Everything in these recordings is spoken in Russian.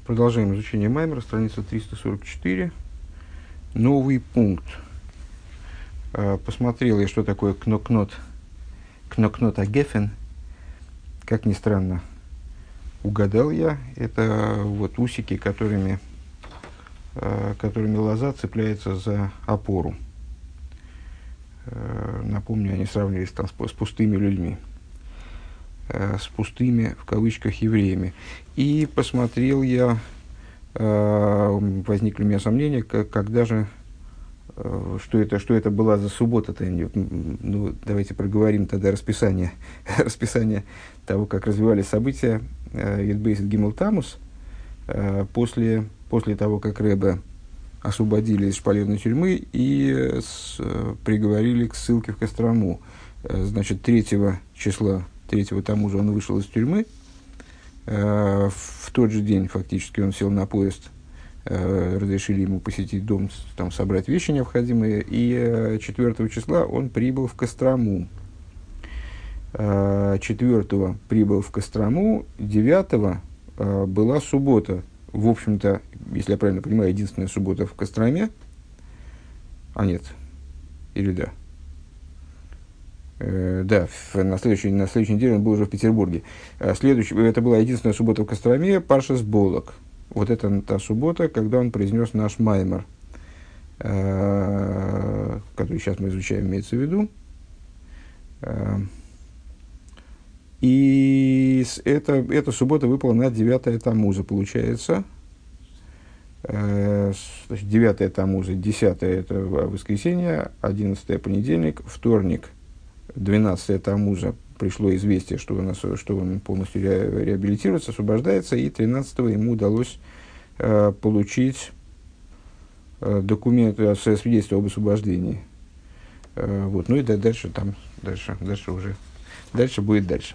Продолжаем изучение Маймера, страница 344. Новый пункт. Посмотрел я, что такое кнокнот агефен. Как ни странно, угадал я. Это вот усики, которыми лоза цепляется за опору. Напомню, они сравнивались там с пустыми людьми. С пустыми, в кавычках, евреями. И посмотрел я, возникли у меня сомнения, когда же, что это была за суббота-то. Ну, давайте проговорим тогда расписание того, как развивались события Юд-Бейс Гимел Таммус после того, как Ребе освободили из шпалерной тюрьмы и приговорили к ссылке в Кострому. Значит, 3 Таммуза он вышел из тюрьмы. В тот же день фактически он сел на поезд. Разрешили ему посетить дом, там, собрать вещи необходимые. И 4 числа он прибыл в Кострому. 4 прибыл в Кострому. 9 была суббота. В общем-то, если я правильно понимаю, единственная суббота в Костроме. А нет. Или да? Да, на следующей неделе он был уже в Петербурге. Это была единственная суббота в Костроме, Паршас Болок. Вот это та суббота, когда он произнес наш Маймер, который сейчас мы изучаем, имеется в виду. И эта суббота выпала на 9 Таммуза, получается. 9 Таммуза, 10 это воскресенье, 11 понедельник, вторник. 12 Таммуза пришло известие, что он полностью реабилитируется, освобождается, и 13-го ему удалось получить документы, свидетельство об освобождении. Вот. Ну и дальше будет дальше.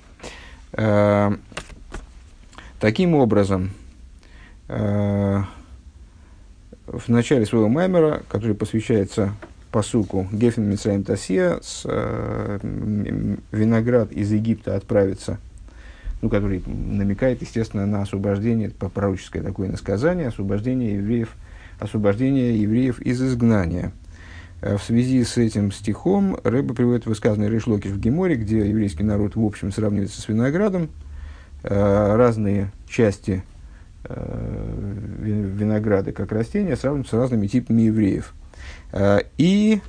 Таким образом, в начале своего маймера, который посвящается пасуку Гефен Мицраим Тасия, виноград из Египта отправится, который намекает, естественно, на освобождение, пророческое такое насказание, освобождение евреев из изгнания. В связи с этим стихом Ребе приводит высказанный Рейш Локиш в Геморе, где еврейский народ в общем сравнивается с виноградом. Разные части винограда как растения сравниваются с разными типами евреев. И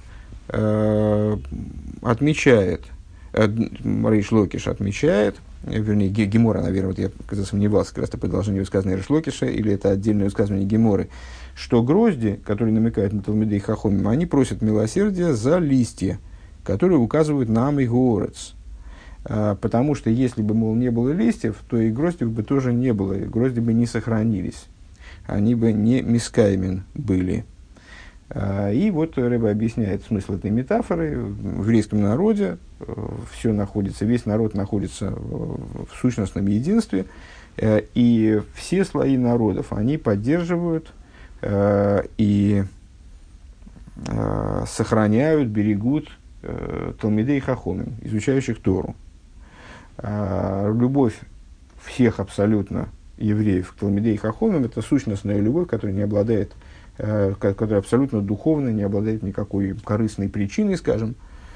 отмечает, Рейш Локиш отмечает, вернее, Гемора, наверное, вот я засомневался, как раз это продолжение высказывания Рейш Локиша, или это отдельное высказывание Геморы, что грозди, которые намекают на Талмидей Хахомим, они просят милосердия за листья, которые указывают на Ам и Гоорец. Потому что если бы, мол, не было листьев, то и грозди бы тоже не было, и грозди бы не сохранились, они бы не мискаймен были. И вот Ребе объясняет смысл этой метафоры. В еврейском народе весь народ находится в сущностном единстве, и все слои народов, они поддерживают и сохраняют, берегут Талмидей Хахомим, изучающих Тору. Любовь всех абсолютно евреев к Талмидей Хахомим – это сущностная любовь, которая не обладает, которая абсолютно духовная, не обладает никакой корыстной причиной, скажем.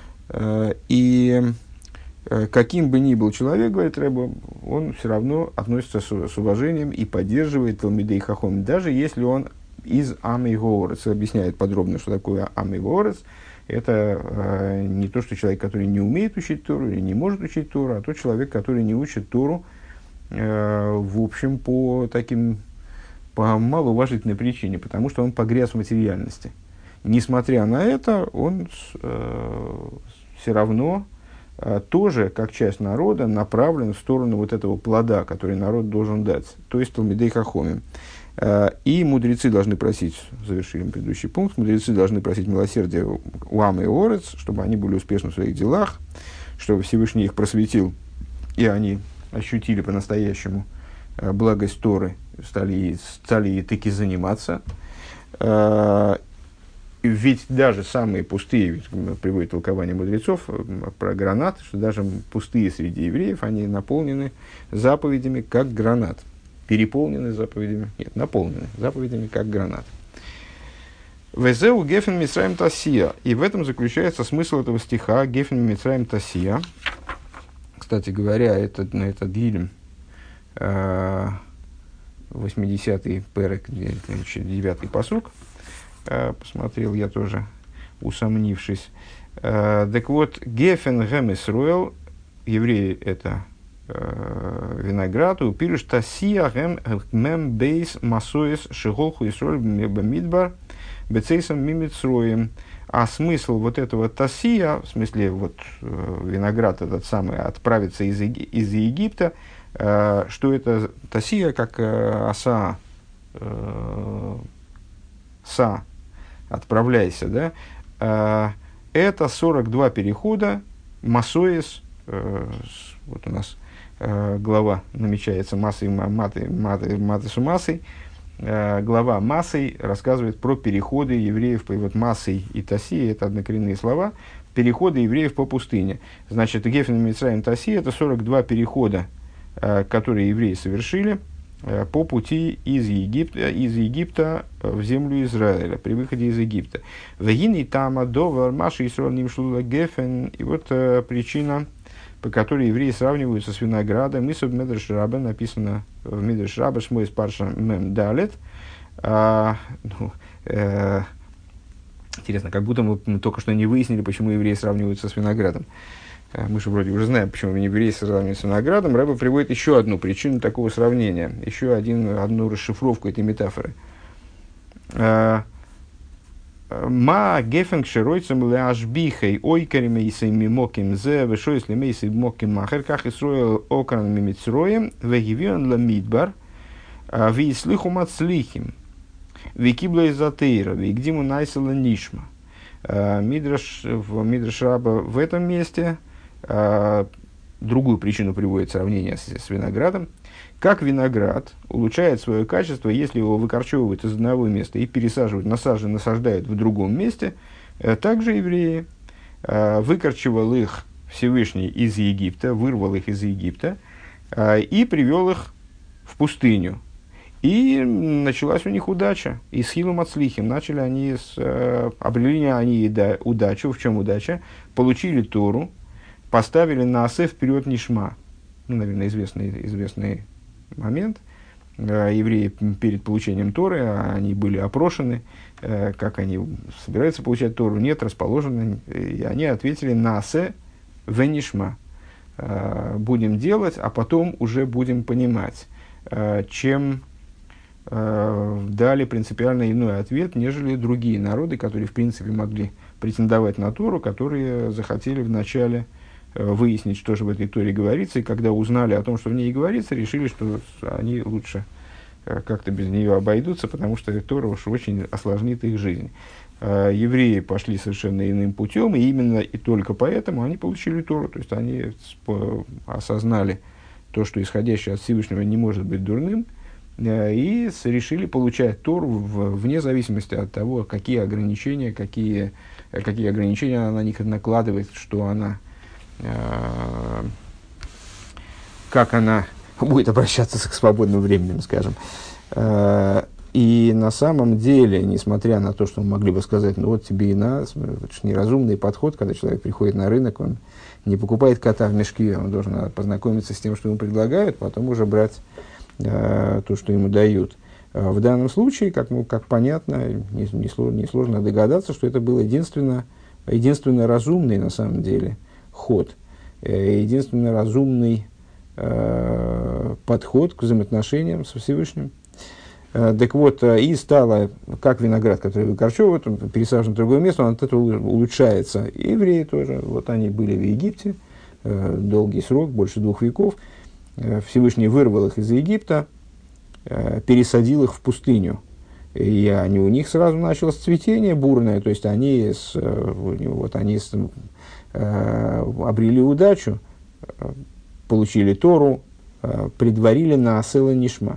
И каким бы ни был человек, говорит Ребе, он все равно относится с уважением и поддерживает Талмидей Хахомим, даже если он из Ам и Гоорец. Объясняет подробно, что такое Ам и Гоорец. Это не то, что человек, который не умеет учить Тору или не может учить Тору, а тот человек, который не учит Тору, в общем, по малоуважительной причине, потому что он погряз в материальности. Несмотря на это, он все равно тоже, как часть народа, направлен в сторону вот этого плода, который народ должен дать, то есть Талмидей Хахомим. И мудрецы должны просить, завершили предыдущий пункт, мудрецы должны просить милосердия у Ам и Орец, чтобы они были успешны в своих делах, чтобы Всевышний их просветил, и они ощутили по-настоящему благость Торы, стали ей таки заниматься. Ведь даже самые пустые, приводит толкование мудрецов про гранат, что даже пустые среди евреев, они наполнены заповедями, как гранат. переполнены заповедями, нет, наполнены заповедями, как гранат. Везеу гефен мицраим тасия. И в этом заключается смысл этого стиха гефен мицраим тасия. Кстати говоря, это Дилем, 80-й перек, 9-й пасук, посмотрел я тоже, усомнившись. Так вот, гефен гэм Исруэл, евреи это виноград, упирюш тасия гэм мэм бейс масоис шиголху Исруэль бамидбар бецейсом мимицроем. А смысл вот этого тасия, в смысле вот виноград этот самый, отправиться из Египта, что это тасия, как оса, са, отправляйся, да, это 42 перехода, масоис, вот у нас глава намечается массой, маты с массой, глава массой рассказывает про переходы евреев, вот массой и таси, это однокоренные слова, переходы евреев по пустыне. Значит, Гефен Мицраим таси это 42 перехода, которые евреи совершили по пути из Египта в землю Израиля, при выходе из Египта. И вот причина, по которой евреи сравниваются с виноградом. И в Мидраш Раба написано в Мидраш Раба Шмойс Парша Мем Далет. Интересно, как будто мы только что не выяснили, почему евреи сравниваются с виноградом. Мы же вроде уже знаем, почему евреи сравнивают с виноградом. Раба приводит еще одну причину такого сравнения, еще одну расшифровку этой метафоры. Ма гефен кшеройцем леашбихей ойкаримейсей мимоким зе вешойс лемейсей моким махер ках Исруэл окран мимицроем вегивион ламидбар виислиху мацлихим викибла изотейра вигдиму найсела нишма. Мидраш Раба в этом месте другую причину приводит сравнение с виноградом. Как виноград улучшает свое качество, если его выкорчевывают из одного места и пересаживают, насаждают в другом месте, также евреи выкорчевал их Всевышний из Египта, вырвал их из Египта и привел их в пустыню. И началась у них удача. И с хилом отслихим начали они, обрели они удачу. В чем удача? Получили Тору, поставили наасе вперед нишма. Ну, наверное, известный момент. Евреи перед получением Торы, они были опрошены, как они собираются получать Тору, нет, расположены. И они ответили наасе венишма. Будем делать, а потом уже будем понимать, чем дали принципиально иной ответ, нежели другие народы, которые, в принципе, могли претендовать на Тору, которые захотели вначале выяснить, что же в этой Торе говорится, и когда узнали о том, что в ней говорится, решили, что они лучше как-то без нее обойдутся, потому что Тора уж очень осложнит их жизнь. Евреи пошли совершенно иным путем, и именно и только поэтому они получили Тору, то есть они осознали то, что исходящее от Всевышнего не может быть дурным, и решили получать Тору вне зависимости от того, какие ограничения она на них накладывает, что она, как она будет обращаться к свободным временем, скажем. И на самом деле, несмотря на то, что мы могли бы сказать, ну вот тебе и на, это же неразумный подход, когда человек приходит на рынок, он не покупает кота в мешке, он должен познакомиться с тем, что ему предлагают, потом уже брать то, что ему дают. В данном случае, как понятно, несложно догадаться, что это был единственно разумный на самом деле ход, единственно разумный подход к взаимоотношениям со Всевышним. Так вот, и стало, как виноград, который выкорчевывают, он пересажен в другое место, он от этого улучшается. И евреи тоже, вот они были в Египте долгий срок, больше 2 веков. Всевышний вырвал их из Египта, пересадил их в пустыню. И у них сразу началось цветение бурное, то есть они обрели удачу, получили Тору, предварили на асела нишма.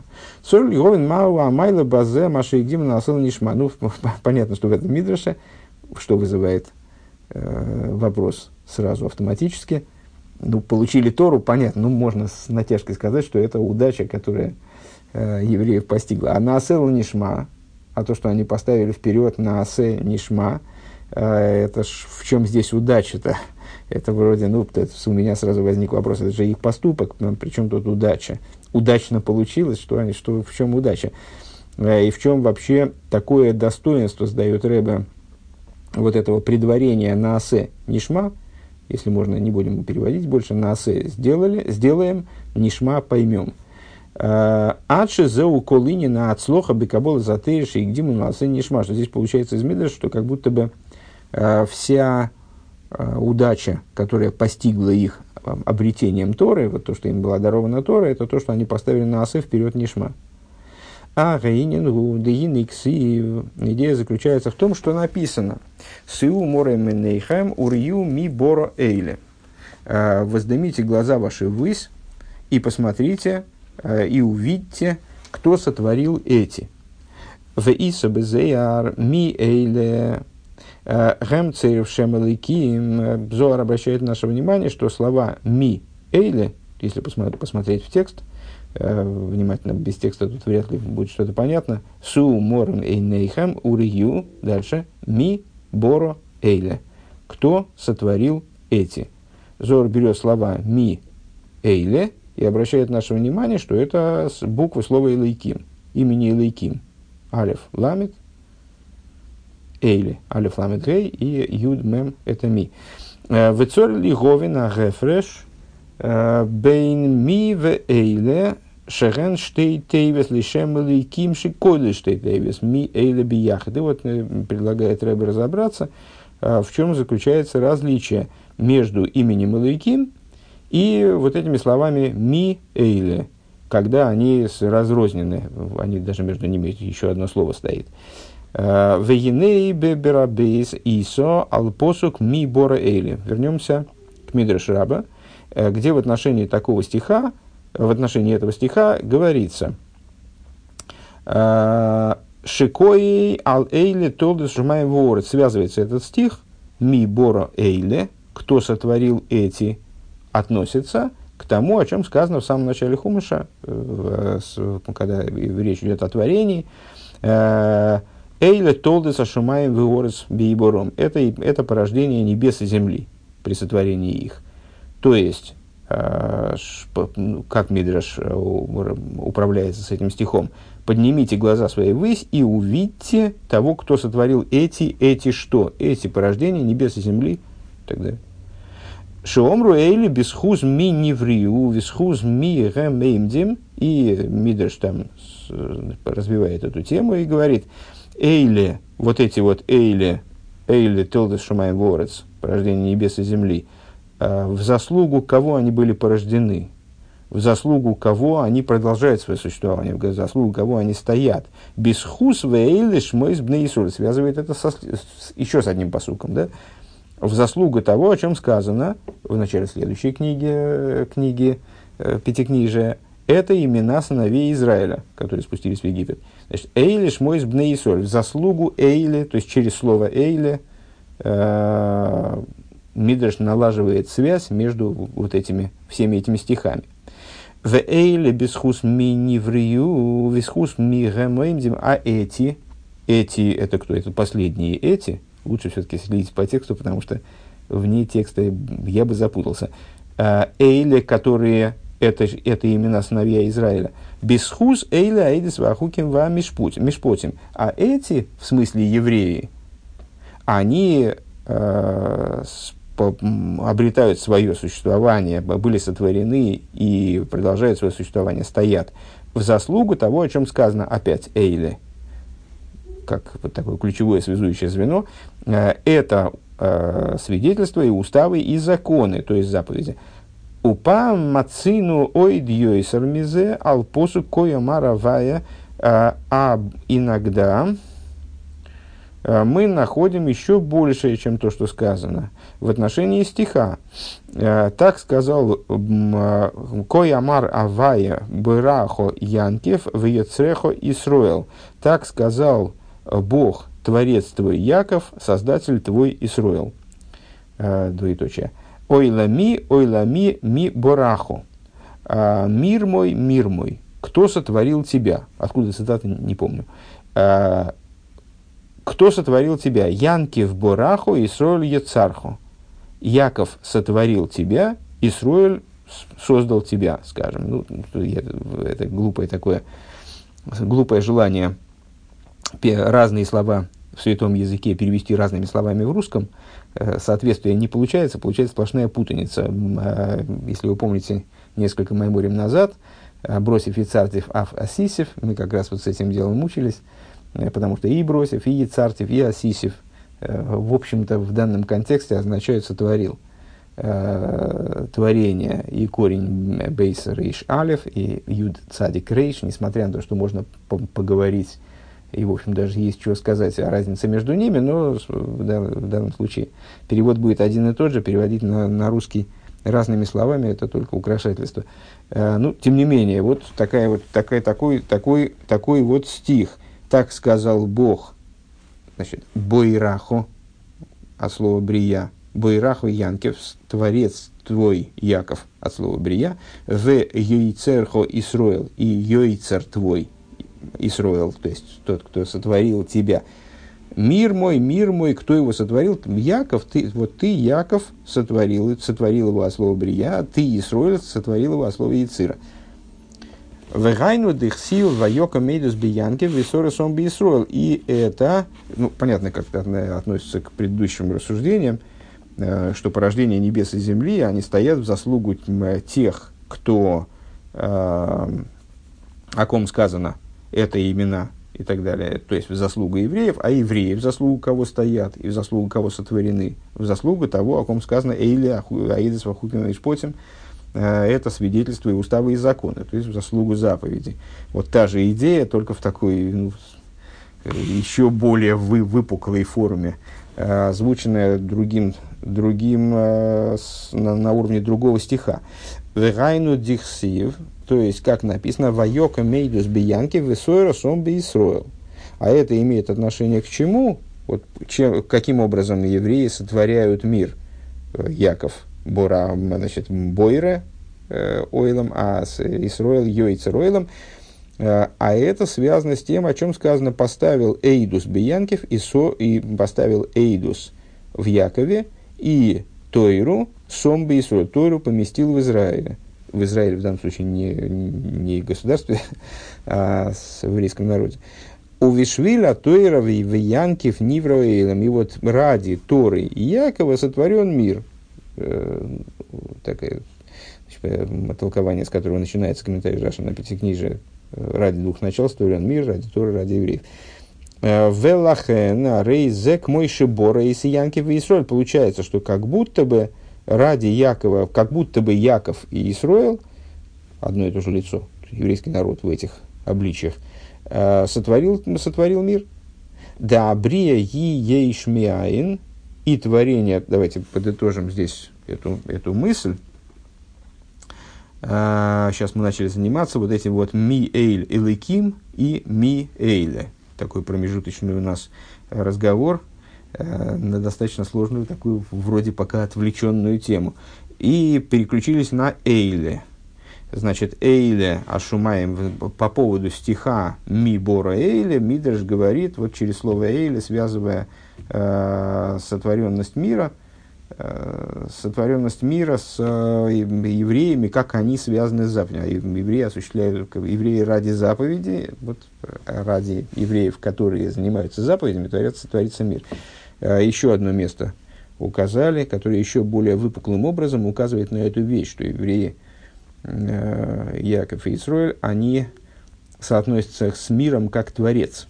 Ну, понятно, что в этом мидраше, что вызывает вопрос сразу автоматически. Ну, получили Тору, понятно, ну, можно с натяжкой сказать, что это удача, которая евреев постигло. А наасе нишма, а то, что они поставили вперед наасе нишма, это ж в чем здесь удача-то? Это вроде, у меня сразу возник вопрос, это же их поступок, причем тут удача? Удачно получилось, в чем удача? И в чем вообще такое достоинство сдает Ребе вот этого предварения наасе нишма, если можно, не будем переводить больше, наасе сделаем, нишма поймем. Адши зеу колини на отслоха бекабола затейши и гдиму наасе нишма, что здесь получается из Мидраша, что как будто бы вся удача, которая постигла их обретением Торы, вот то, что им была дарована Тора, это то, что они поставили наасе вперед нишма. А идея заключается в том, что написано «Сиу море менейхем урью ми боро эйле». «Воздымите глаза ваши ввысь и посмотрите, и увидьте, кто сотворил эти». «В иса безеяр ми эйле гэм цейрв шемаликим». Зоар обращает наше внимание, что слова «ми эйле», если посмотреть в текст, внимательно, без текста тут вряд ли будет что-то понятно. Су морм эйнейхам урию. Дальше. Ми боро эйле. Кто сотворил эти? Зор берет слова ми эйле и обращает наше внимание, что это буквы слова Элейким, имени Элейким. Алеф ламет эйле. Алеф ламет гей и юд мем это ми. Вецор ли говина гефреш бейн ми в эйле. Шеген штейт тейвес лишем элейким шиколи штейт тейвес ми эйле бияхет. И вот предлагает Ребе разобраться, в чем заключается различие между именем элейким и вот этими словами ми эйле, когда они разрознены, они даже между ними еще одно слово стоит. Вегиней беберабейс исо алпосук ми бора эйле. Вернемся к Мидраш Раба, где в отношении такого стиха, в отношении этого стиха говорится «Шикои ал эйле толдес шумай ворот». Связывается этот стих «Ми бора эйле», «Кто сотворил эти», относится к тому, о чем сказано в самом начале Хумаша, когда речь идет о творении. «Эйле толдес шумай ворот бейбором». Это порождение небес и земли при сотворении их. То есть, как Мидраш управляется с этим стихом, поднимите глаза свои ввысь и увидьте того, кто сотворил эти что? Эти порождения небес и земли и так далее. Шеомру эйли бисхуз ми неврию, бисхуз ми гэмэймдим. И Мидраш там развивает эту тему и говорит, эйли, вот эти вот эйли телдес шумаем ворец, порождение небес и земли, в заслугу кого они были порождены, в заслугу кого они продолжают свое существование, в заслугу кого они стоят. Бисхус вейлиш мойс бнеисур, связывает это еще с одним пасуком, да? В заслугу того, о чем сказано в начале следующей книги Пятикнижия, это имена сыновей Израиля, которые спустились в Египет. Значит, эйлиш мойс бнеисур, в заслугу эйли, то есть через слово эйли, Мидраш налаживает связь между вот всеми этими стихами. В эйле бисхус ми неврию, бисхус ми гэмэймдим, а эти, это кто? Это последние эти. Лучше все-таки следить по тексту, потому что вне текста я бы запутался. Эйле, которые, это имена сыновья Израиля. Бисхус эйле аидис вахуким ва мишпотим. А эти, в смысле евреи, они обретают свое существование, были сотворены и продолжают свое существование, стоят в заслугу того, о чем сказано опять эйле, как вот такое ключевое связующее звено, это свидетельства и уставы и законы, то есть заповеди. Упа мацину ойдьёй сармизе алпосу коя маравая, а иногда мы находим еще большее, чем то, что сказано в отношении стиха. Так сказал Коямар Авая Бырахо Янкев Вьецрехо Исруэл. Так сказал Бог, Творец твой Яков, Создатель твой Исруэл. Двоеточие. Ойлами ми борахо. Мир мой, кто сотворил тебя? Откуда цитата, не помню. Кто сотворил тебя? Янкив бораху, Исроэль ецарху. Яков сотворил тебя, Исроэль создал тебя, скажем. Ну, это глупое желание разные слова в святом языке перевести разными словами в русском. Соответствие не получается, получается сплошная путаница. Если вы помните, несколько майморим назад, бросив и цартив, аф асисев, мы как раз вот с этим делом мучились, потому что и бросив, и цартив, и асисев, в общем-то, в данном контексте означают сотворил. Творение и корень бейс рейш алев и юд цадик рейш, несмотря на то, что можно поговорить, и, в общем, даже есть что сказать о разнице между ними, но в данном случае перевод будет один и тот же, переводить на русский разными словами — это только украшательство. Ну, тем не менее, вот такой вот стих. Так сказал Бог, значит, Бойрахо, от слова брия, Бойрахо Янкев, творец твой Яков, от слова брия, в Йойцерхо Исроэл, и Йойцер твой Исроэл, то есть тот, кто сотворил тебя. Мир мой, кто его сотворил? Яков, ты, Яков, сотворил его от слова брия, а ты, Исроэль, сотворил его от слова Яцира. Вегайну дыхсил вайока мейдус биянкев висора сомби Исроэл. И это, ну, понятно, как это относится к предыдущим рассуждениям, что порождение небес и земли, они стоят в заслугу тех, кто, о ком сказано, это имена и так далее, то есть в заслугу евреев, а евреи в заслугу кого стоят и в заслугу кого сотворены, в заслугу того, о ком сказано «Эйли аидес вахуким ишпотим», это свидетельство и уставы и законы, то есть в заслугу заповедей. Вот та же идея, только в такой еще более выпуклой форме, озвученная другим на уровне другого стиха. «Вегайну дихсив», то есть, как написано, «Вайока мейдус биянки весойра сомби Исроэл». А это имеет отношение к чему? Вот, каким образом евреи сотворяют мир? Яков Бора, значит, Бойре ойлом, а Исроэл Йойцер ойлом. А это связано с тем, о чем сказано: поставил Эйдус биянкев и поставил Эйдус в Якове, и Тойру сомби Исроэл, Тойру поместил в Израиле. В Израиле, в данном случае, не в государстве, а в еврейском народе. У Вишвиля Тойра в Янкев Нивроэлем. И вот ради Торы и Якова сотворен мир. Такое толкование, с которого начинается комментарий Раши на Пятикнижие. Ради двух начал сотворен мир, ради Торы, ради евреев. Велахен рейзек мойши бора и Янкев и Исроэль. Получается, что как будто бы ради Якова, как будто бы Яков и Исроэл, одно и то же лицо, еврейский народ в этих обличиях, сотворил мир. Да брия и ейшмиаин, и творение, давайте подытожим здесь эту мысль. Сейчас мы начали заниматься вот этим вот ми-эйль эликим и ми-эйле. Такой промежуточный у нас разговор на достаточно сложную, такую вроде пока отвлеченную тему. И переключились на эйле. Значит, эйле ашумаем по поводу стиха ми бора эйле, Мидраш говорит, вот через слово эйле, связывая сотворенность мира с евреями, как они связаны с заповедями. Евреи ради заповедей, вот, ради евреев, которые занимаются заповедями, творится мир. Еще одно место указали, которое еще более выпуклым образом указывает на эту вещь, что евреи Яков и Исроэль, они соотносятся с миром как творец.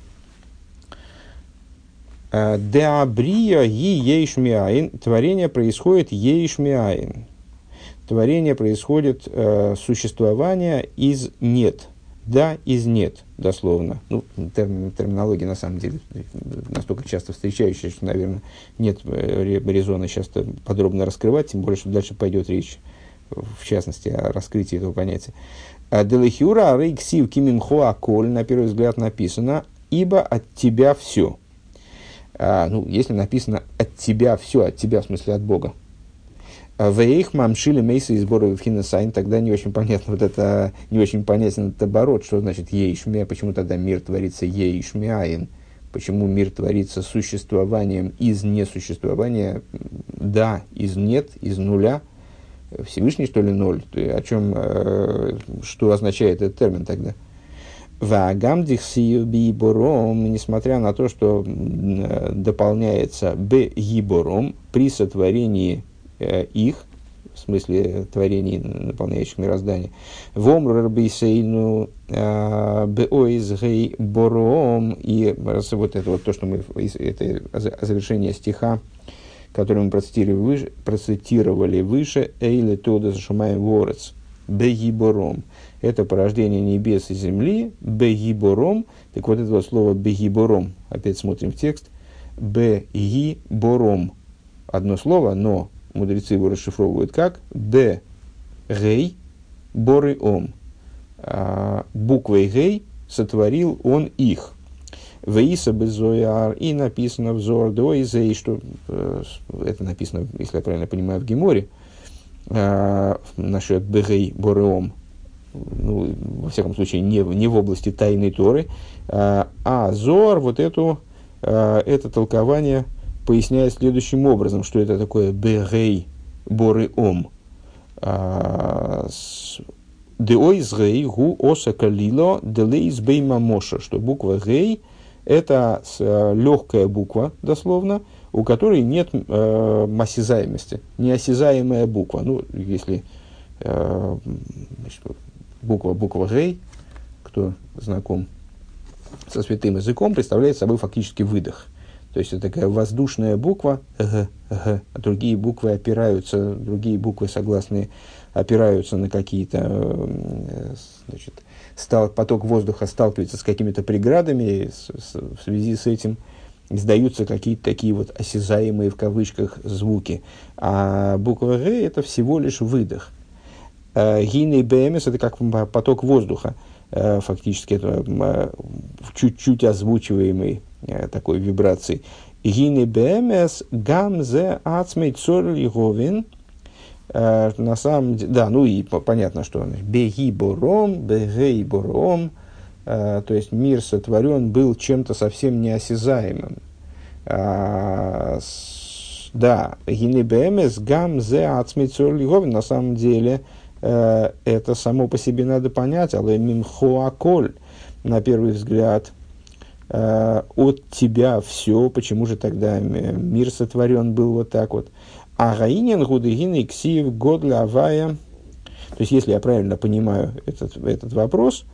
Деабрия и ейшмиаин. Творение происходит ейшмиаин. Творение происходит существование из нет. Да, из нет, дословно. Ну, терминология, на самом деле, настолько часто встречающаяся, что, наверное, нет резона сейчас подробно раскрывать, тем более, что дальше пойдет речь, в частности, о раскрытии этого понятия. Делехиура рейксив кимимхо аколь, на первый взгляд написано, ибо от тебя все. Если написано от тебя все, от тебя, в смысле от Бога. Вейх мамшили мейса и сборы в хинесайн, тогда не очень понятно вот это, не очень понятен этот оборот, что значит ейшмя, почему тогда мир творится ейшмяин, почему мир творится существованием из несуществования, да, из нет, из нуля, Всевышний, что ли, ноль, о чем, что означает этот термин тогда? Ваагамдихсию бибором, несмотря на то, что дополняется б гибором при сотворении их, в смысле творений, наполняющих мироздание. Вомру рабейсейну беоизгей бором. И вот это вот то, что мы, это завершение стиха, который мы процитировали выше, эйле тода зашумаем ворец, бегибором. Это порождение небес и земли, бегибором. Так вот это вот слово бегибором, опять смотрим в текст, бегибором. Одно слово, но мудрецы его расшифровывают как «б гей боры ом». Буквой «гей» сотворил он их. «Веиса безояр» и написано в «зор доизей», что это написано, если я правильно понимаю, в Геморе, насчет «б гей боры ом». Ну, во всяком случае, не в области тайной Торы, а Зоар вот это толкование поясняет следующим образом, что это такое «бегей боры ом». «Деойз гей гу оса калило делейз бейма моша», что буква «гей» – это легкая буква, дословно, у которой нет осязаемости, неосязаемая буква. Ну, если буква «гей», кто знаком со святым языком, представляет собой фактически выдох. То есть, это такая воздушная буква, а другие буквы опираются, другие буквы согласные опираются на какие-то, значит, поток воздуха сталкивается с какими-то преградами, в связи с этим издаются какие-то такие вот осязаемые в кавычках звуки. А буква «г» – это всего лишь выдох. Гиней БМС – это как поток воздуха, фактически это чуть-чуть озвучиваемый такой вибрацией. Гиней БМС гамзе ацмей цор лиговин. На самом деле, да, ну и понятно, что беги бором, бегей бором, то есть мир сотворен был чем-то совсем неосязаемым. Да, гиней БМС гамзе ацмей цор лиговин, на самом деле, это само по себе надо понять, але мимхоаколь, на первый взгляд, от тебя все, почему же тогда мир сотворен был вот так вот. А гаинен гудыгин иксиев годля авая, то есть, если я правильно понимаю этот вопрос,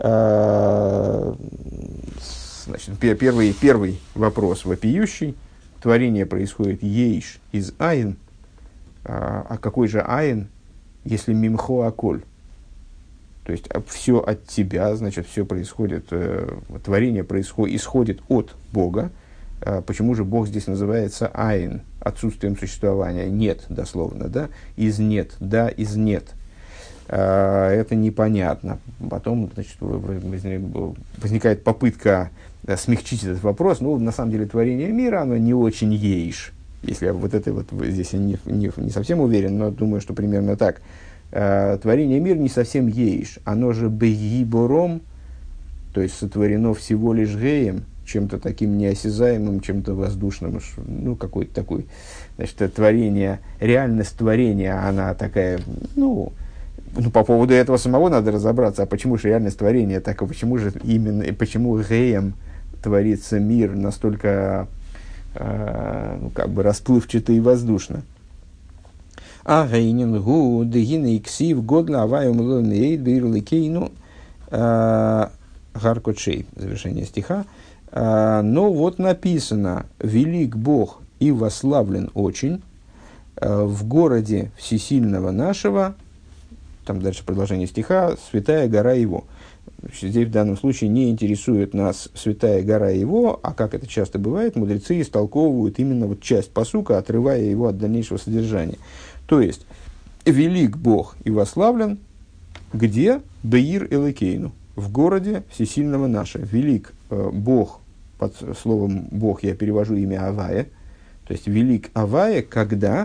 значит, первый вопрос вопиющий, творение происходит ейш из айн, а какой же айн, если мимхо аколь, то есть все от тебя, значит, все происходит, творение исходит от Бога. Почему же Бог здесь называется айн, отсутствием существования? Нет, дословно, да? Из нет, да, из нет. Это непонятно. Потом, значит, возникает попытка смягчить этот вопрос. Ну, на самом деле, творение мира, оно не очень ейш. Если я вот это вот здесь я не совсем уверен, но думаю, что примерно так. Творение мира не совсем ейш. Оно же бегибором, то есть сотворено всего лишь геем, чем-то таким неосязаемым, чем-то воздушным, ну, какой-то такой, значит, творение, реальность творения, она такая, ну, по поводу этого самого надо разобраться, а почему же реальность творения так, а почему же именно, почему геем творится мир настолько, ну, как бы расплывчато и воздушно. А гейнин гу дегины иксив годла аваю млонеид бирлекейну гаркотшей, завершение стиха. Но вот написано: «Велик Бог и восславлен очень в городе всесильного нашего», там дальше продолжение стиха, «святая гора его». Здесь в данном случае не интересует нас святая гора его, а как это часто бывает, мудрецы истолковывают именно вот часть пасука, отрывая его от дальнейшего содержания. То есть, «велик Бог и восславлен», где? «Беир Элекейну», в городе всесильного нашего. Велик Бог, под словом Бог я перевожу имя Авая, то есть велик Авая, когда,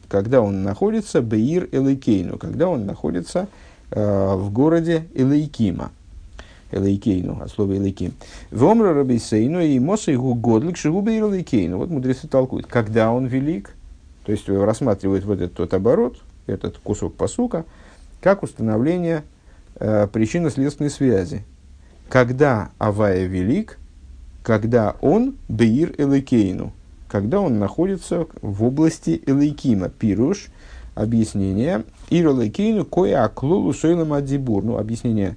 когда он находится Беир Элейкейну, когда он находится в городе Элейкима. Элейкейну, от слова Элейким. Вомра Рабисейну и Моса его годлик шигубе Элейкейну. Вот мудрецы толкуют, когда он велик, то есть рассматривают вот этот вот оборот, этот кусок пасука, как установление причинно-следственной связи. Когда Авая велик, когда он Беир Элейкейну, когда он находится в области Элейкима. Пируш, объяснение. Ир Элейкейну кое аклолу сойлам адзибур. Ну, объяснение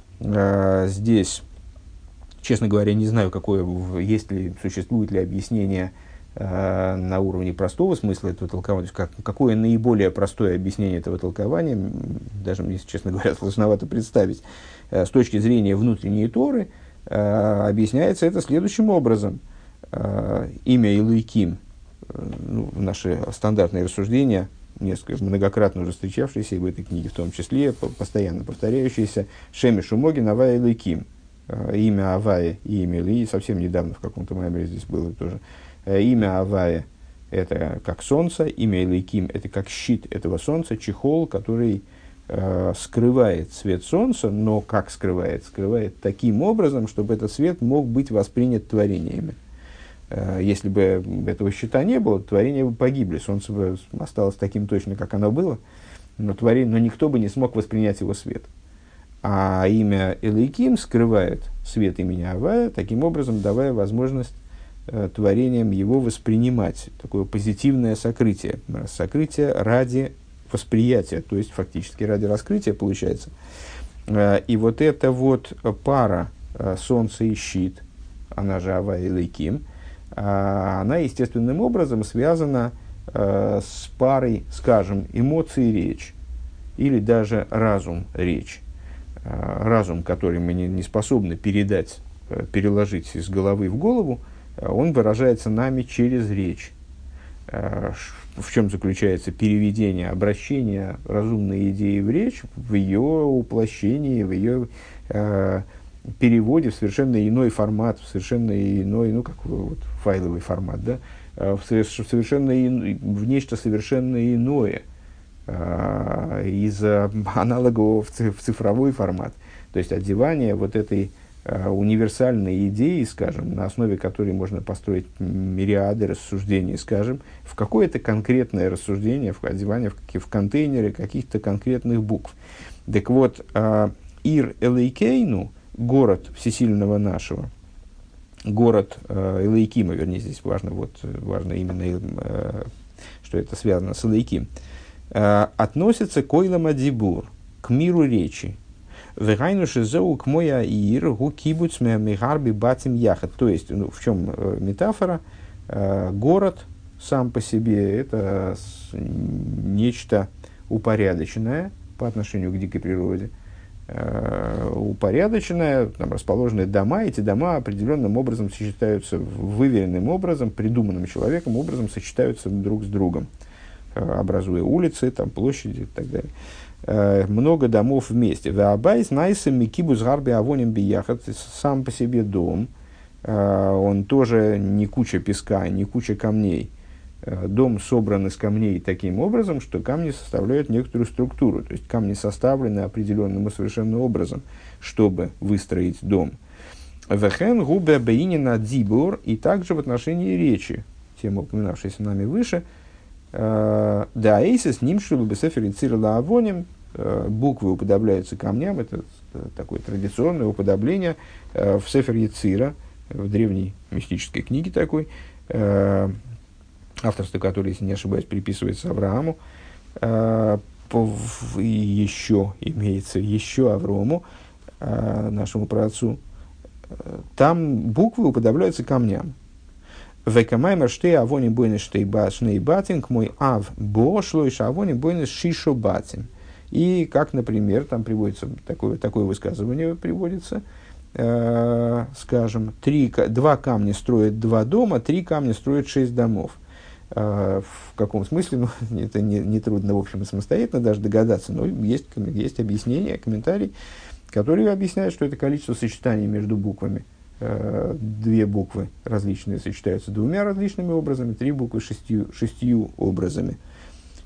здесь, честно говоря, не знаю, существует ли объяснение на уровне простого смысла этого толкования, то есть какое наиболее простое объяснение этого толкования, даже мне, честно говоря, сложновато представить, с точки зрения внутренней Торы, объясняется это следующим образом. Имя Элейким, наши стандартные рассуждения, несколько многократно уже встречавшиеся и в этой книге в том числе, постоянно повторяющиеся, Шеми Шумогин Авая Элейким. Имя Авая и имя Элей, совсем недавно в каком-то маймере здесь было тоже. Имя Авая – это как солнце, имя Элейким – это как щит этого солнца, чехол, который скрывает свет солнца, но как скрывает? Скрывает таким образом, чтобы этот свет мог быть воспринят творениями. Если бы этого щита не было, творения бы погибли, солнце бы осталось таким точно, как оно было, но никто бы не смог воспринять его свет. А имя Элейким скрывает свет имени Авая, таким образом давая возможность творениям его воспринимать. Такое позитивное сокрытие. Сокрытие ради восприятия, то есть фактически ради раскрытия получается. И вот эта вот пара солнце и щит, она же Авая Элейким, она естественным образом связана с парой, скажем, эмоции речь, или даже разум речь. Разум, который мы не способны переложить из головы в голову, он выражается нами через речь. В чем заключается переведение, обращение разумной идеи в речь, в ее уплощении, в ее переводе в совершенно иной формат, в совершенно иной, как вот файловый формат, да, в нечто совершенно иное, из аналогового в цифровой формат. То есть одевание вот этой универсальной идеи, скажем, на основе которой можно построить мириады рассуждений, скажем, в какое-то конкретное рассуждение, одевание в контейнеры каких-то конкретных букв. Так вот, Ир Элейкейну, город всесильного нашего, город Элейкима, вернее, здесь важно именно, что это связано с Элейким, относится к Ойлам Адибур, к миру речи. То есть, в чем метафора? Город сам по себе – это нечто упорядоченное по отношению к дикой природе. Упорядоченное, там расположены дома, эти дома определенным образом сочетаются, выверенным образом, придуманным человеком образом сочетаются друг с другом, образуя улицы, там, площади и так далее. Много домов вместе. Сам по себе дом, он тоже не куча песка, не куча камней. Дом собран из камней таким образом, что камни составляют некоторую структуру. То есть камни составлены определенным и совершенным образом, чтобы выстроить дом. Вехен губе бейнина дзибур, и также в отношении речи, тема, упоминавшаяся нами выше, да эйсис нимшулу бесефер и цирла авоним, буквы уподобляются камням, это такое традиционное уподобление в Сефер Яцира, в древней мистической книге такой, авторство которой, если не ошибаюсь, приписывается Аврааму, и еще имеется еще Аврому, нашему праотцу. Там буквы уподобляются камням. Векамаймер штей авони бойнес штей шней батинг, мой ав бо шлойш авони бойнес шишо батин. И как, например, там приводится такое высказывание, приводится, скажем, 2 камня строят 2 дома, 3 камня строят 6 домов. В каком смысле? Это не трудно, в общем, самостоятельно даже догадаться, но есть объяснение, комментарий, который объясняет, что это количество сочетаний между буквами. 2 буквы различные сочетаются 2 различными образами, 3 буквы 6 образами.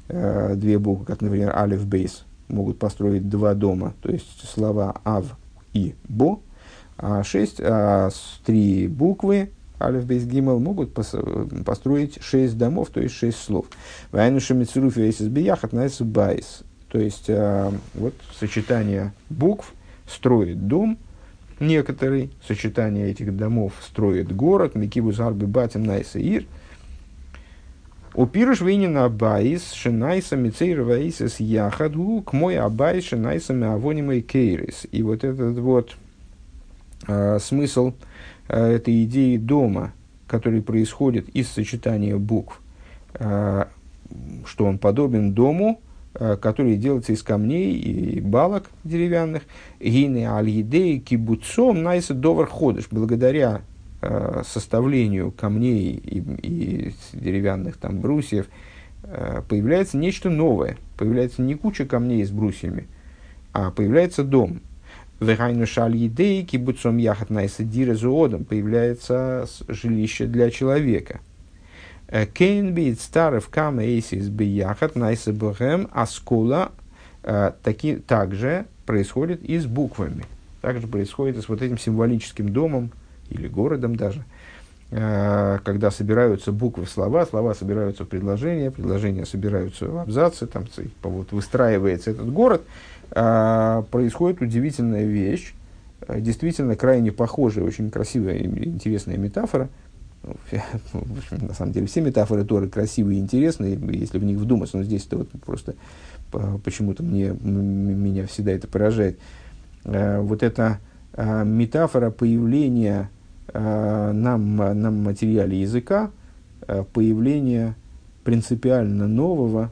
две буквы, как, например, алиф, бейс, могут построить два дома, то есть слова ав и бо, а три буквы, алиф, бейс, гимел, могут построить 6 домов, то есть 6 слов. Вайнуша мицуруф вейсис бияхат найсу байс. То есть, вот сочетание букв строит дом некоторый, сочетание этих домов строит город, микибус арби батим найса ир. Упируш винина абайс, шинайса мицейр ваисис яхадгу, к мой абайс, шинайса меавонимой кейрис. И вот этот вот смысл этой идеи дома, который происходит из сочетания букв, что он подобен дому, который делается из камней и балок деревянных. Гины аль-идеи кибуцом найса довар ходыш. Благодаря составлению камней и деревянных там брусьев появляется нечто новое. Появляется не куча камней с брусьями, а появляется дом. Вегайну шаль-идеи кибуцом яхат найса дира зуодом. Появляется жилище для человека. Кейнбит старов кама эйсис бияхат найса богем аскола. Также происходит и с буквами. Также происходит и с вот этим символическим домом, или городом даже, когда собираются буквы в слова, слова собираются в предложения, предложения собираются в абзацы, там вот выстраивается этот город, происходит удивительная вещь, действительно крайне похожая, очень красивая и интересная метафора. В общем, на самом деле все метафоры Торы красивые и интересные, если в них вдуматься, но здесь это вот просто почему-то меня всегда это поражает. Вот эта метафора появления нам материале языка, появления принципиально нового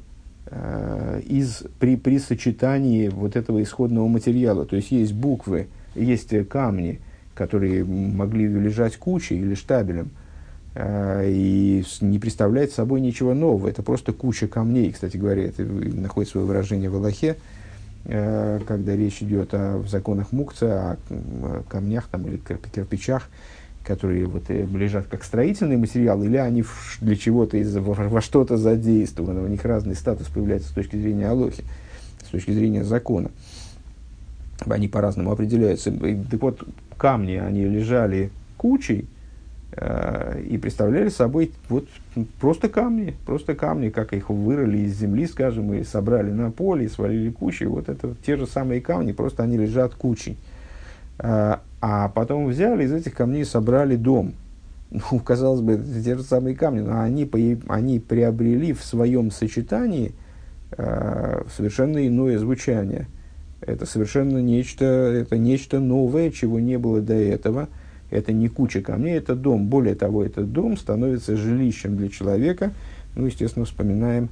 при сочетании вот этого исходного материала. То есть есть буквы, есть камни, которые могли лежать кучей или штабелем, и не представляет собой ничего нового. Это просто куча камней. Кстати говоря, это находит свое выражение в Алахе, когда речь идет в законах мукца, о камнях там, или кирпичах, которые вот лежат как строительный материал, или они для чего-то во что-то задействованы. У них разный статус появляется с точки зрения алохи, с точки зрения закона. Они по-разному определяются. Так вот, камни, они лежали кучей и представляли собой вот просто камни, как их вырыли из земли, скажем, и собрали на поле, и свалили кучей. Вот это те же самые камни, просто они лежат кучей. А потом взяли из этих камней и собрали дом. Ну, казалось бы, это те же самые камни, но они приобрели в своем сочетании совершенно иное звучание. Это совершенно нечто новое, чего не было до этого. Это не куча камней, это дом. Более того, этот дом становится жилищем для человека. Ну, естественно, вспоминаем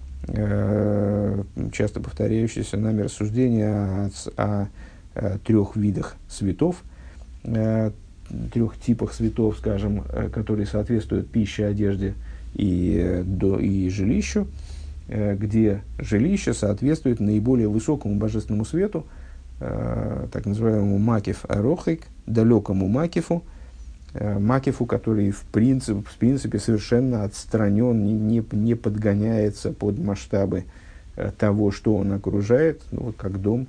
часто повторяющиеся нами рассуждения о 3 видах светов, 3 типах светов, скажем, которые соответствуют пище, одежде и жилищу, где жилище соответствует наиболее высокому божественному свету, так называемому макиф арохик, далекому макифу, который в принципе совершенно отстранен, не подгоняется под масштабы того, что он окружает, ну, вот как дом.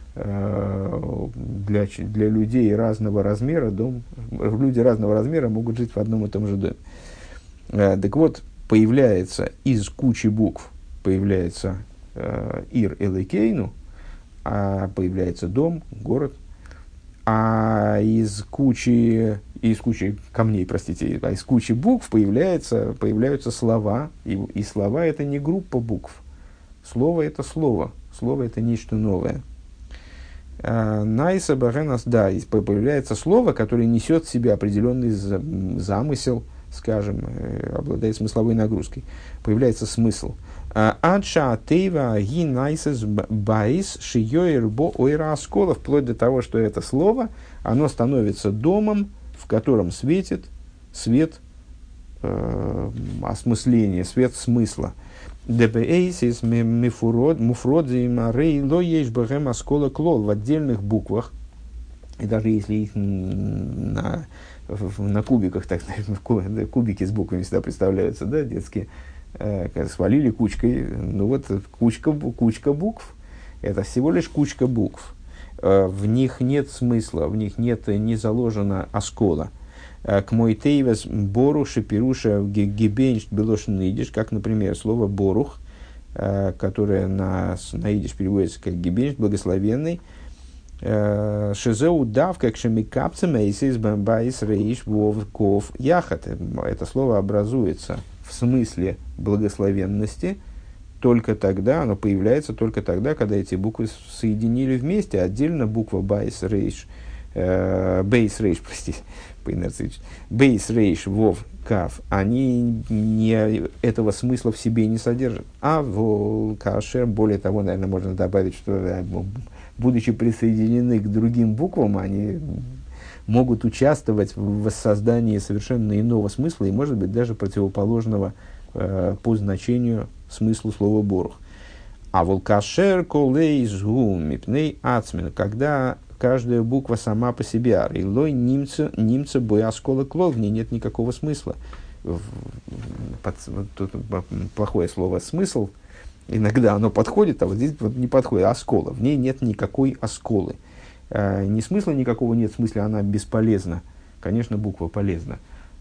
Для людей разного размера люди разного размера могут жить в одном и том же доме. Так вот, появляется из кучи букв, появляется Ир Элейкейну, а появляется дом, город, а из кучи камней, а из кучи букв появляются слова, и слова — это не группа букв. Слово — это слово — это нечто новое. Найса Баренас, да, появляется слово, которое несет в себе определенный замысел, скажем, обладает смысловой нагрузкой. Появляется смысл. Адша тейва ги найсес байс шиёир бо ойра оскола, вплоть до того, что это слово, оно становится домом, в котором светит свет осмысления, свет смысла. ДБэйсис муфродзим арей ло еш бэгэм оскола клол, в отдельных буквах, и даже если их на кубиках, так, кубики с буквами всегда представляются, да, детские, свалили кучкой. Ну вот кучка букв. Это всего лишь кучка букв. В них нет смысла, в них не заложено оскола. К мой тейвес борух шепируша гебенш белошн идиш, как, например, слово борух, которое на идиш переводится как гебенш, благословенный. Шизеу дав, как шемикапца мейсис бамбайс рейш вов ков яхат. Это слово образуется в смысле благословенности только тогда, оно появляется только тогда, когда эти буквы соединили вместе. Отдельно буква байс рейш, бейс рейш, простите, по инерции, бейс рейш вов кав, они этого смысла в себе не содержат. А в кашер, более того, наверное, можно добавить, что будучи присоединены к другим буквам, они могут участвовать в воссоздании совершенно иного смысла и, может быть, даже противоположного по значению смыслу слова борух. А волкашер колей згум мипней ацмен, когда каждая буква сама по себе, арилой немца боя оскола клов, в ней нет никакого смысла. Тут плохое слово смысл, иногда оно подходит, а вот здесь вот не подходит. Оскола, в ней нет никакой осколы. Ни смысла никакого нет, в смысле она бесполезна. Конечно, буква полезна.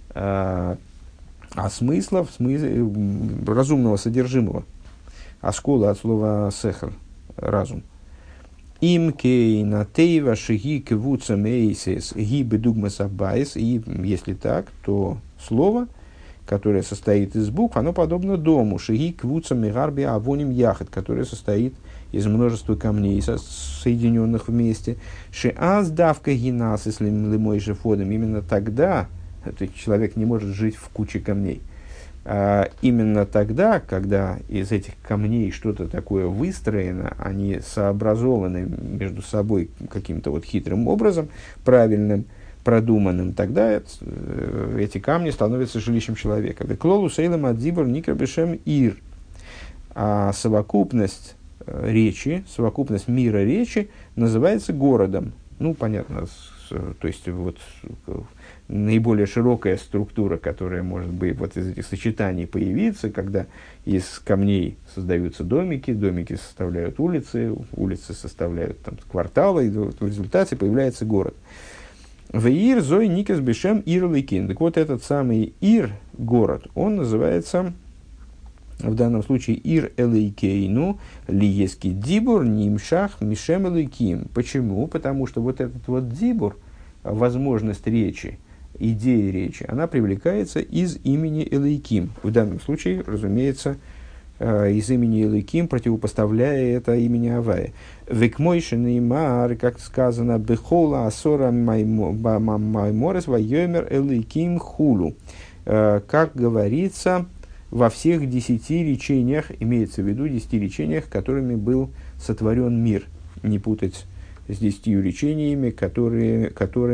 А смысла, в смысле разумного содержимого. Оскола от слова сехер, разум. Им кейна тейва шиги квуца мейсис ги бедугмас абайс. И если так, то слово, которое состоит из букв, оно подобно дому. Шиги квуца мегарби авоним яхат, которое состоит из множества камней, соединенных вместе. Шиаз давка гинас, если лимой жефодом. Именно тогда человек не может жить в куче камней. Именно тогда, когда из этих камней что-то такое выстроено, они сообразованы между собой каким-то вот хитрым образом, правильным, продуманным, тогда эти камни становятся жилищем человека. Веклолу сейлам адзибор никрабешем ир. А совокупность речи, совокупность мира речи называется городом. Ну, понятно, то есть вот наиболее широкая структура, которая может быть вот из этих сочетаний появиться, когда из камней создаются домики, домики составляют улицы, улицы составляют там кварталы, и в результате появляется город. В Ир зой никас бешем ир лейкин. Так вот этот самый Ир, город, он называется в данном случае Ир элейкейну лиески дибур нимшах мишем элейким. Почему? Потому что вот этот вот дибур, возможность речи, идея речи, она привлекается из имени Элейким. В данном случае, разумеется, из имени Элейким, противопоставляя это имени Авая. Векмойшин и Маар, как сказано, бехола асора майморес вайомер Элейким хулу. Как говорится, во всех 10 речениях, имеется в виду 10 речениях, которыми был сотворен мир. Не путать с 10 речениями, которые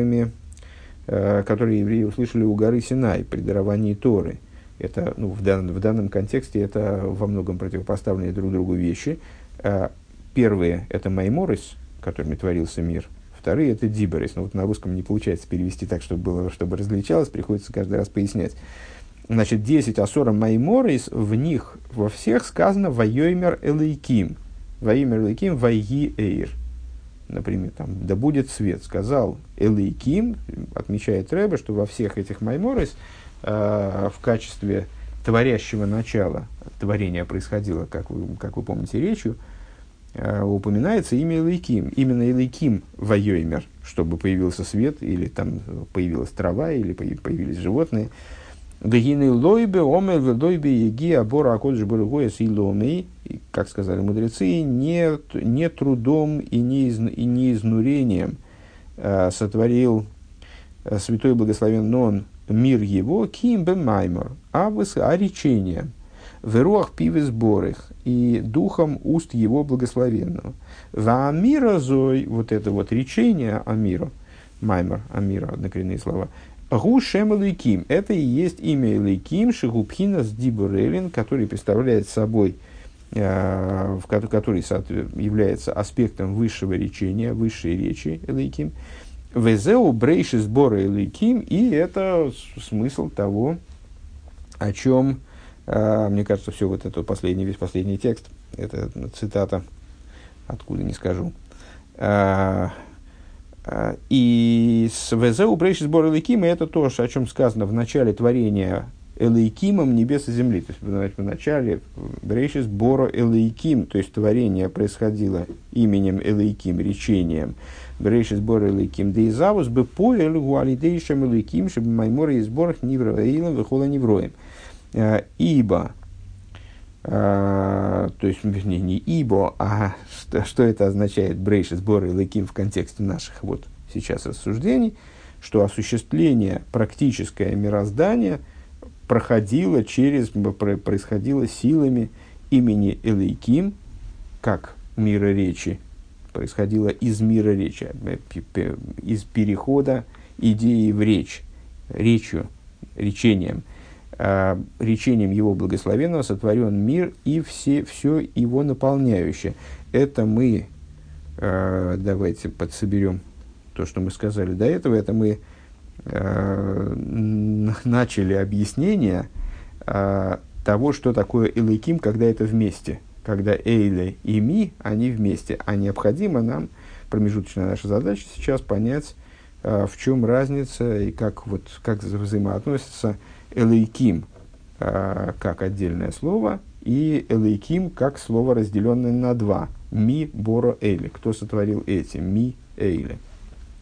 евреи услышали у горы Синай при даровании Торы. Это, ну, в данном контексте это во многом противопоставленные друг другу вещи. Первые – это Майморис, которыми творился мир. Вторые – это Диборис. Но вот на русском не получается перевести так, чтобы различалось, приходится каждый раз пояснять. Значит, 10 асора Майморис, в них во всех сказано «Вайоймер Элейким». «Вайоймер Элейким, вайги эйр». Например, там, да будет свет, сказал Элейким, отмечает Ребе, что во всех этих майморис в качестве творящего начала, творение происходило, как вы помните, речью, упоминается имя Элейким. Именно Элейким вайоймер, чтобы появился свет, или там появилась трава, или появились животные. Дагины лойбе, омел лойбе, еги, абора, акодж, бургоя, силомей, как сказали мудрецы, не трудом и не изнурением сотворил святой благословен он мир его, кимбе маймор, а речением, веруах пивес борых, и духом уст его благословенного. Va амира зой, вот это вот речение амиру, маймор, амира, однокоренные слова, Гу Шем Элейким. Это и есть имя Элейким, Шигубхина с Дибурелин, который представляет собой, который является аспектом высшего речения, высшей речи Элейким. Везеу брейши сбора Элейким, и это смысл того, о чем Мне кажется, все вот это весь последний текст, это цитата, откуда не скажу. И с ВЗУ Брейшис Бор Элейким, это то, о чем сказано в начале творения Элейкимом небес и земли. То есть в начале Брейшис Бор Элейким, то есть творение происходило именем Элейким, речением. Брейшис Бор Элейким Дейзавус бы поэль гуалидейшем Элейким, чтобы майморы и сборах нивроэйлом выхола невроем. Ибо, то есть, вернее, не ибо, а что это означает Брейшис Бор Элейким в контексте наших вот сейчас рассуждений, что осуществление практическое мироздания происходило силами имени Элейким, как мира речи, происходило из мира речи, из перехода идеи в речь, речением. Речением его благословенного сотворен мир и все его наполняющее. Это мы, давайте подсоберем то, что мы сказали до этого, это мы начали объяснение того, что такое Элейким, когда это вместе, когда Эйле и Ми, они вместе. А необходимо нам, промежуточная наша задача сейчас понять, в чем разница и как взаимоотносятся Элейким как отдельное слово и Элейким как слово, разделенное на два. Ми, Боро, Эйли. Кто сотворил эти? Ми, Эйли.